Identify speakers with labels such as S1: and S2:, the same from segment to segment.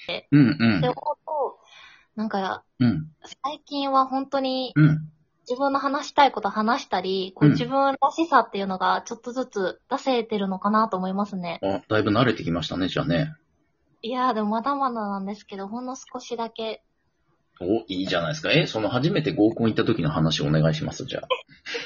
S1: うんうん。
S2: って思うと、なんか、
S1: うん。
S2: 最近は本当に
S1: うん。
S2: 自分の話したいこと話したり、こう自分らしさっていうのがちょっとずつ出せてるのかなと思いますね。
S1: あ、だいぶ慣れてきましたね、じゃあね。
S2: いやーでもまだまだなんですけど、ほんの少しだけ。
S1: お、いいじゃないですか。その初めて合コン行った時の話お願いします、じゃあ。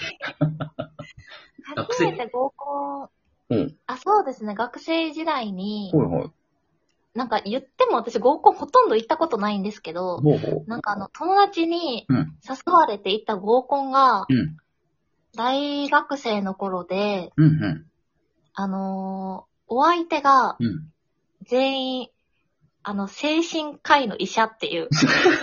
S1: 学生。
S2: 初めて合コン、
S1: うん。
S2: そうですね、学生時代に、
S1: ほいほい。
S2: なんか言っても私合コンほとんど行ったことないんですけど、
S1: ほうほう。
S2: なんか友達に
S1: うん。
S2: 誘われて行った合コンが、
S1: うん。
S2: 大学生の頃で、
S1: うん。うん。
S2: お相手が
S1: うん。
S2: 全員、精神科医の医者っていう。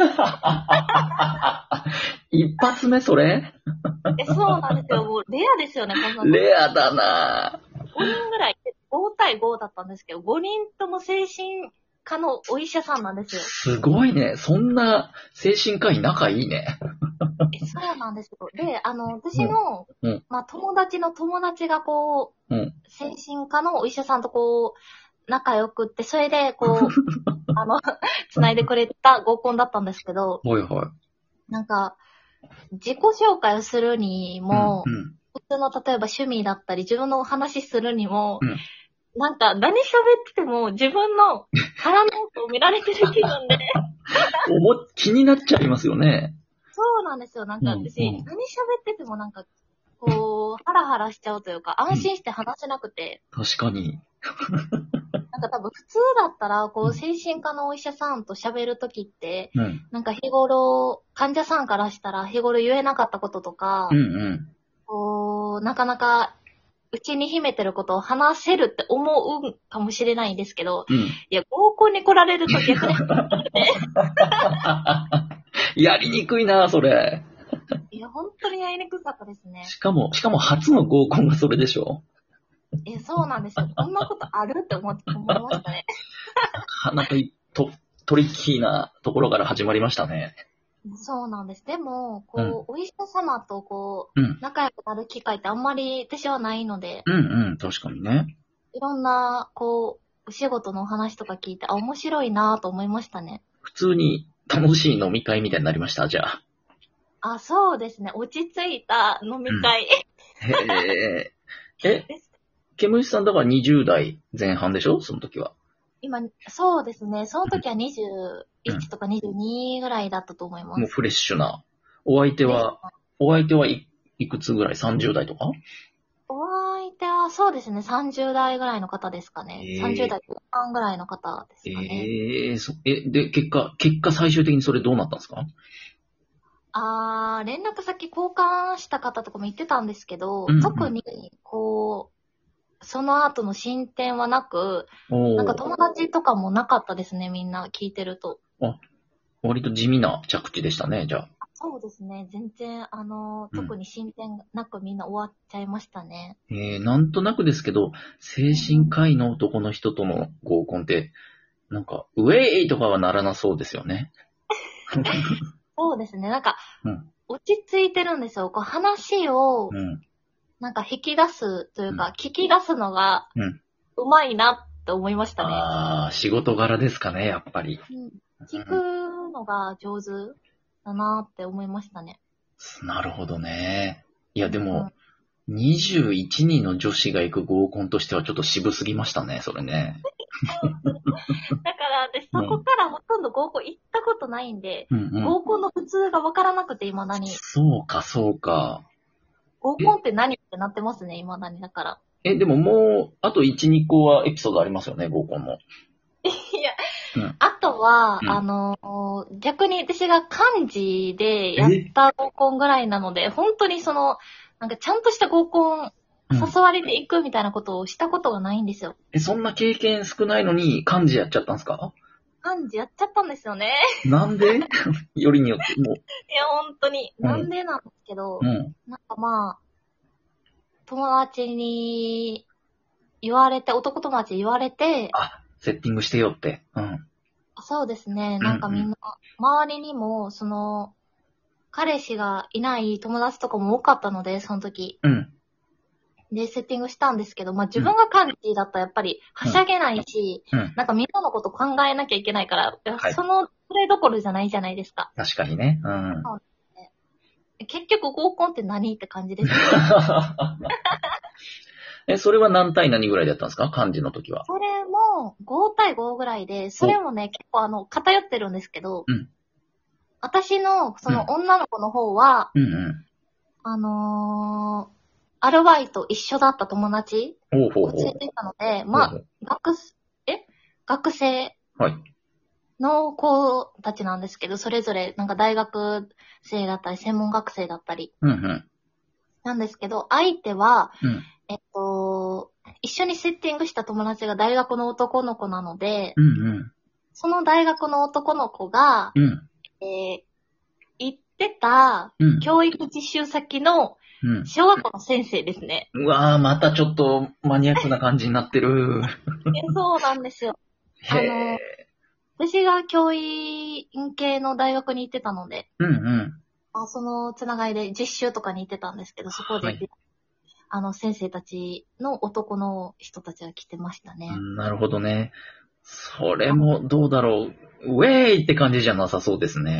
S1: 一発目それ
S2: そうなんですよ。もうレアですよね、こんなの。
S1: レアだな
S2: 5人ぐらい、5対5だったんですけど、5人とも精神科のお医者さんなんですよ。
S1: すごいね。そんな精神科医仲いいね。
S2: そうなんですよ。で、私の、
S1: うん。
S2: 友達の友達がこ
S1: うん。
S2: う、精神科のお医者さんとこう、仲良くって、それでこう、繋いでくれた合コンだったんですけど、
S1: はいは
S2: なんか、自己紹介をするに
S1: い。うん。
S2: も、
S1: うん。
S2: 普通の例えば趣味だったり、自分のお話しするにも、
S1: うん。
S2: なんか何喋ってても自分の腹の奥を見られてる気分で、
S1: 気になっちゃいますよね。
S2: そうなんですよ。なんか私、
S1: うん。
S2: 何喋っててもなんか、こう、ハラハラしちゃうというか、安心して話せなくて、
S1: 確かに。
S2: なんか多分普通だったら、こう、精神科のお医者さんと喋るときって、
S1: うん。
S2: なんか日頃、患者さんからしたら日頃言えなかったこととか、
S1: うんうん。
S2: こう、なかなか、うちに秘めてることを話せるって思うかもしれないんですけど、
S1: うん。
S2: いや、合コンに来られると逆に、
S1: やりにくいな、それ。
S2: いや、本当にやりにくかったですね。
S1: しかも初の合コンがそれでしょ？
S2: そうなんですよ。こんなことあるって思いましたね。
S1: なかなかトリッキーなところから始まりましたね。
S2: そうなんです。でも、
S1: うん。
S2: こう、お医者様とこう、
S1: うん。
S2: 仲良くなる機会ってあんまり私はないので、
S1: うんうん。確かにね。
S2: いろんな、こう、お仕事のお話とか聞いて、面白いなぁと思いましたね。
S1: 普通に楽しい飲み会みたいになりました、じゃあ。
S2: そうですね。落ち着いた飲み会
S1: へえ。え、
S2: です。
S1: ケムシさんだから20代前半でしょその時は。
S2: 今、そうですね。その
S1: うん。
S2: 時は21とか22ぐらいだったと思います。
S1: もうフレッシュな。お相手
S2: で、
S1: は、お相手はいくつぐらい？ 30 代とか？
S2: お相手はそうですね。30代ぐらいの方ですかね。30
S1: え
S2: 代後半ぐらいの方ですかね。
S1: で、結果最終的にそれどうなったんですか？
S2: 連絡先交換した方とかも言ってたんですけど、
S1: うんうん。
S2: 特に、こう、その後の進展はなく、なんか
S1: おー。
S2: 友達とかもなかったですね、みんな聞いてると。
S1: あ、割と地味な着地でしたね、じゃあ。
S2: そうですね、全然、
S1: うん。
S2: 特に進展なくみんな終わっちゃいましたね。
S1: なんとなくですけど、精神
S2: うんうん、
S1: 科医の男の人との合コンって、なんか、ウェイとかはならなそうですよね。
S2: そうですね、なんか、
S1: うん。
S2: 落ち着いてるんですよ。こう話を、
S1: うん。
S2: なんか引き出すという
S1: うん。
S2: か、聞き出すのが
S1: うん。
S2: うまいなって思いましたね。
S1: 仕事柄ですかね、やっぱり。
S2: うん。聞く
S1: うん。
S2: のが上手だなって思いましたね。
S1: なるほどね。いや、で
S2: うんうん、
S1: も、21人の女子が行く合コンとしてはちょっと渋すぎましたね、それね。
S2: だから私そこ
S1: うん。
S2: からほとんど合コン行ったことないんで、
S1: うんうん。
S2: 合コンの普通がわからなくて未だに。
S1: そうか、そうか。
S2: 合コンって何ってなってますね、未だに。だから。
S1: でももう、あと1、2個はエピソードありますよね、合コンの。
S2: いや、
S1: うん。
S2: あとは、
S1: うん。
S2: 逆に私が漢字でやっ
S1: え
S2: た合コンぐらいなので、本当になんかちゃんとした合コン
S1: うん。
S2: 誘われていくみたいなことをしたことがないんですよ。
S1: そんな経験少ないのに漢字やっちゃったんですか？
S2: 漢字やっちゃったんですよね。
S1: なんでよりによって、も
S2: いや、本当に。
S1: う。うん。
S2: なんでなんですけど、
S1: うん。
S2: なんかまあ、友達に言われて、男友達に言われて、
S1: セッティングしてよって。うん。
S2: そうですね、
S1: うんうん。
S2: なんかみんな、周りにも、彼氏がいない友達とかも多かったので、その時。
S1: うん。
S2: で、セッティングしたんですけど、まあ自分が幹事だったらやっぱりはしゃげないし、
S1: うん。
S2: なんかみんなのこと考えなきゃいけないから、
S1: はい
S2: そのプレイどころじゃないじゃないですか。
S1: 確かにね。うん。
S2: 結局合コンって何って感じですね。
S1: それは何対何ぐらいだったんですか？漢字の時は。
S2: それも5対5ぐらいで、それもね、結構偏ってるんですけど、
S1: うん。
S2: 私のその女の子の方は、
S1: うんうん。
S2: アルバイト一緒だった友達
S1: ほうほうほ
S2: をついていたので、
S1: う。
S2: まあ
S1: ほう、
S2: 学生
S1: ほうはい。
S2: の子たちなんですけど、それぞれなんか大学生だったり、専門学生だったり、
S1: うんうん。
S2: なんですけど、相手は、
S1: うん。
S2: 一緒にセッティングした友達が大学の男の子なので、
S1: うんうん。
S2: その大学の男の子が、
S1: うん。
S2: 行ってた
S1: うん。
S2: 教育実習先の
S1: うん。
S2: 小学校の先生ですね。
S1: うわぁ、またちょっとマニアックな感じになってる。
S2: そうなんですよ。
S1: へぇ
S2: 私が教員系の大学に行ってたので、
S1: うんうん。
S2: そのつながりで実習とかに行ってたんですけど、そこで、
S1: はい
S2: 先生たちの男の人たちが来てましたね。
S1: なるほどね。それもどうだろう。ウェーイって感じじゃなさそうですね。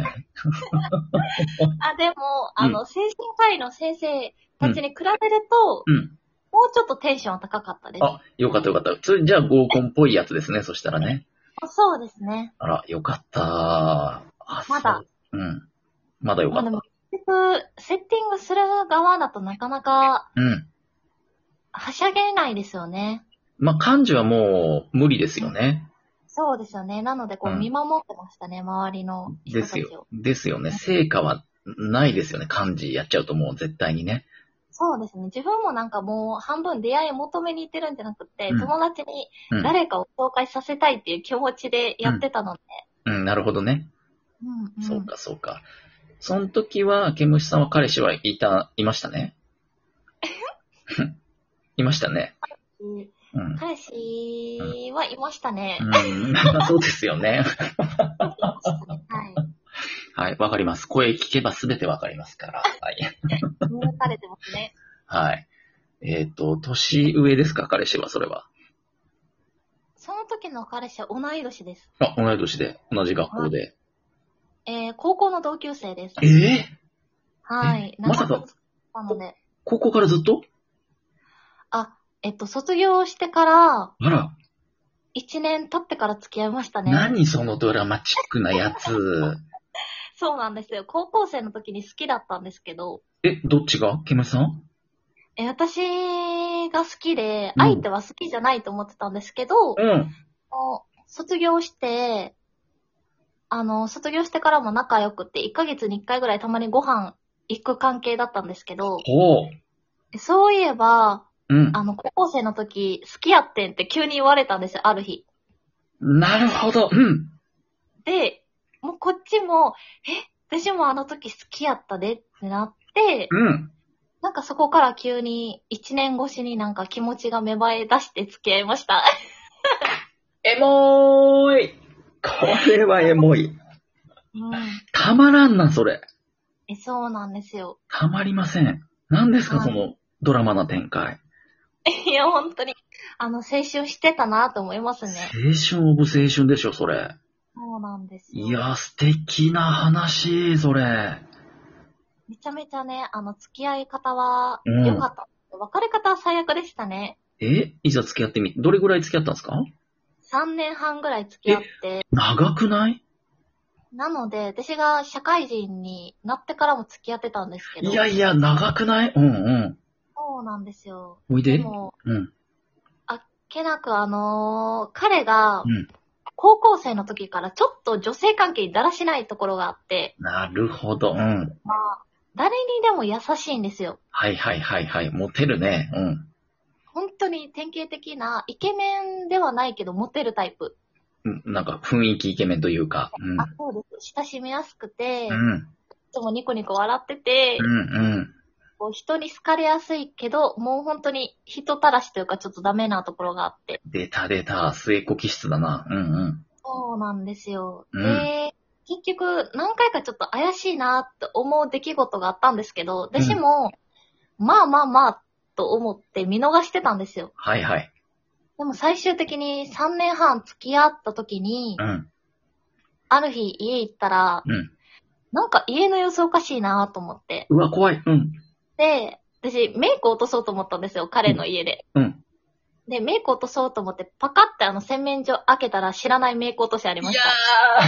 S2: でも、精神科医の先生たちに比べると、
S1: うん。
S2: もうちょっとテンションは高かったです。
S1: あ、よかったよかった。それじゃあ合コンっぽいやつですね、そしたらね。
S2: そうですね。
S1: あら、よかった。あ、
S2: まだ。
S1: そう。うん。まだよかった。
S2: でも、結局、セッティングする側だとなかなか、
S1: うん。
S2: はしゃげないですよね。
S1: まあ、漢字はもう無理ですよね。
S2: そうですよね。なので、
S1: うん
S2: 見守ってましたね、周りの人たちを。
S1: ですよ。ですよね。成果はないですよね。漢字やっちゃうともう絶対にね。
S2: そうですね。自分もなんかもう半分出会い求めに行ってるんじゃなくて、
S1: うん
S2: 友達に
S1: うん。
S2: 誰かを紹介させたいっていう気持ちでやってたので。
S1: うん、なるほどね。
S2: うんうん。
S1: そうか、そうか。その時は、ケムシさんは彼氏いましたね。いましたね。うん。
S2: 彼氏はいましたね。
S1: うん、そうですよね。
S2: はい。
S1: はい、わかります。声聞けばすべてわかりますから。はい。
S2: 見抜かれてますね。
S1: はい。年上ですか、彼氏は、それは。
S2: その時の彼氏は同い年です。
S1: あ、同い年で、同じ学校で。
S2: 高校の同級生です。はい。
S1: まさか
S2: なので。
S1: 高校からずっと
S2: 卒業してから、
S1: あら、
S2: 1年経ってから付き合いましたね。
S1: 何そのドラマチックなやつ。
S2: そうなんですよ。高校生の時に好きだったんですけど、
S1: どっちがケムシさん？
S2: 私が好きで、
S1: うん
S2: 相手は好きじゃないと思ってたんですけど、
S1: うん。
S2: 卒業して、卒業してからも仲良くて、1ヶ月に1回ぐらいたまにご飯行く関係だったんですけど、
S1: ほ
S2: そういえば、
S1: う。うん。
S2: 高校生の時、好きやってんって急に言われたんですよ、ある日。
S1: なるほど。うん。
S2: で、もうこっちも、私もあの時好きやったでってなって、
S1: うん。
S2: なんかそこから急に1年越しになんか気持ちが芽生え出して付き合いました。
S1: エモーい。これはエモい。
S2: うん。
S1: たまらんな、それ。
S2: そうなんですよ。
S1: たまりません。何ですか、
S2: はい
S1: そのドラマな展開。
S2: いや、本当に、青春してたなと思いますね。
S1: 青春オブ青春でしょ、それ。
S2: そうなんですよ。
S1: いや、素敵な話、それ。
S2: めちゃめちゃね、付き合い方は
S1: うん
S2: 良かった。別れ方は最悪でしたね。
S1: いざ付き合ってどれぐらい付き合ったんですか
S2: 3年半ぐらい付き合って。
S1: 長くない？
S2: なので、私が社会人になってからも付き合ってたんですけど。
S1: いやいや、長くない？うんうん。
S2: そうなんですよ。
S1: おいで。
S2: でも、
S1: うん。
S2: あっけなく彼が、
S1: うん。
S2: 高校生の時からちょっと女性関係にだらしないところがあって、
S1: なるほど。うん。
S2: 誰にでも優しいんですよ。
S1: はいはいはいはい。モテるね。うん。
S2: 本当に典型的なイケメンではないけどモテるタイプ。
S1: なんか雰囲気イケメンというか。うん。
S2: そうです。親しみやすくて、い
S1: うん。
S2: つもニコニコ笑ってて、
S1: うん
S2: こう人に好かれやすいけど、もう本当に人たらしというかちょっとダメなところがあって。
S1: 出た。末っ子気質だな。うん
S2: そうなんですよ。
S1: うん
S2: で、結局何回かちょっと怪しいなって思う出来事があったんですけど、私も、まあと思って見逃してたんですよ。
S1: はいはい。
S2: でも最終的に3年半付き合った時に
S1: う、ん。
S2: ある日家行ったら、
S1: うん。
S2: なんか家の様子おかしいなと思って。
S1: うわ、怖い。うん。
S2: で、私メイク落とそうと思ったんですよ、彼の家で。
S1: うん。
S2: で、メイク落とそうと思って、パカって洗面所開けたら知らないメイク落としありま
S1: いや
S2: した。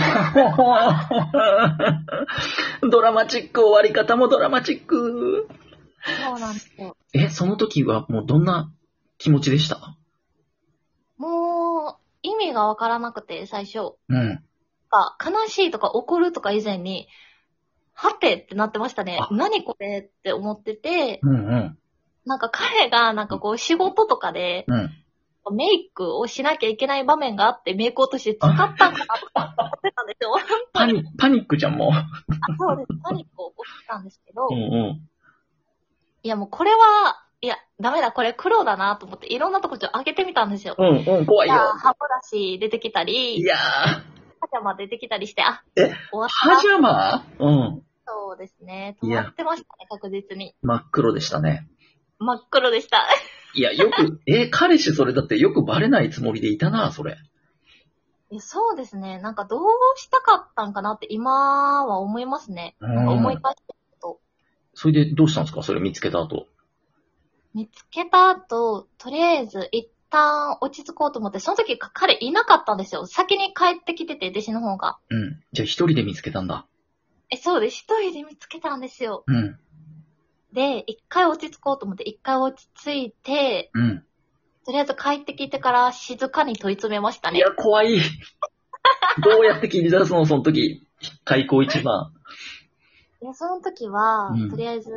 S1: ードラマチック、終わり方もドラマチック。
S2: そうなんですよ。
S1: その時はもうどんな気持ちでした？
S2: もう、意味がわからなくて、最初。
S1: うん。
S2: 悲しいとか怒るとか以前に、はてってなってましたね。
S1: あ
S2: 何これって思ってて、
S1: うんうん。
S2: なんか彼が仕事とかで
S1: うん。
S2: メイクをしなきゃいけない場面があってメイク落とし使ったんかなとか思ってたんですよ。
S1: パニックじゃん、も
S2: そうです。パニックを起こしたんですけど、
S1: う。うんうん。
S2: いやもうこれは、いや、ダメだ、これ黒だなと思っていろんなとこ開けてみたんですよ。
S1: うんうん、怖いよ。
S2: 歯ブラシ出てきたり、
S1: いやー。
S2: パジャマ出てきたりして、終わった。
S1: パジャマ？うん。
S2: そうですね。
S1: いや
S2: 止まってましたね、確実に。
S1: 真っ黒でしたね。
S2: 真っ黒でした。
S1: いや、よく、彼氏それだってよくバレないつもりでいたな、それ。
S2: いやそうですね。どうしたかったんかなって今は思いますね。思い返してると。
S1: それでどうしたんですか、それ見つけた後。
S2: 見つけた後、とりあえず一旦落ち着こうと思って、その時彼いなかったんですよ。先に帰ってきてて、弟子の方が。
S1: うん。じゃあ一人で見つけたんだ。
S2: そうです。一人で見つけたんですよ。
S1: うん。
S2: で、一回落ち着こうと思って、一回落ち着いて、
S1: うん。
S2: とりあえず帰ってきてから静かに問い詰めましたね。
S1: いや、怖い。どうやって切り出すの、その時。開口一番。
S2: いや、その時は、
S1: うん
S2: とりあえず、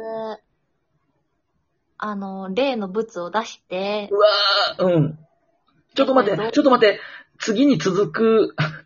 S2: 例の物を出して、
S1: うわー、うん。ちょっと待って。次に続く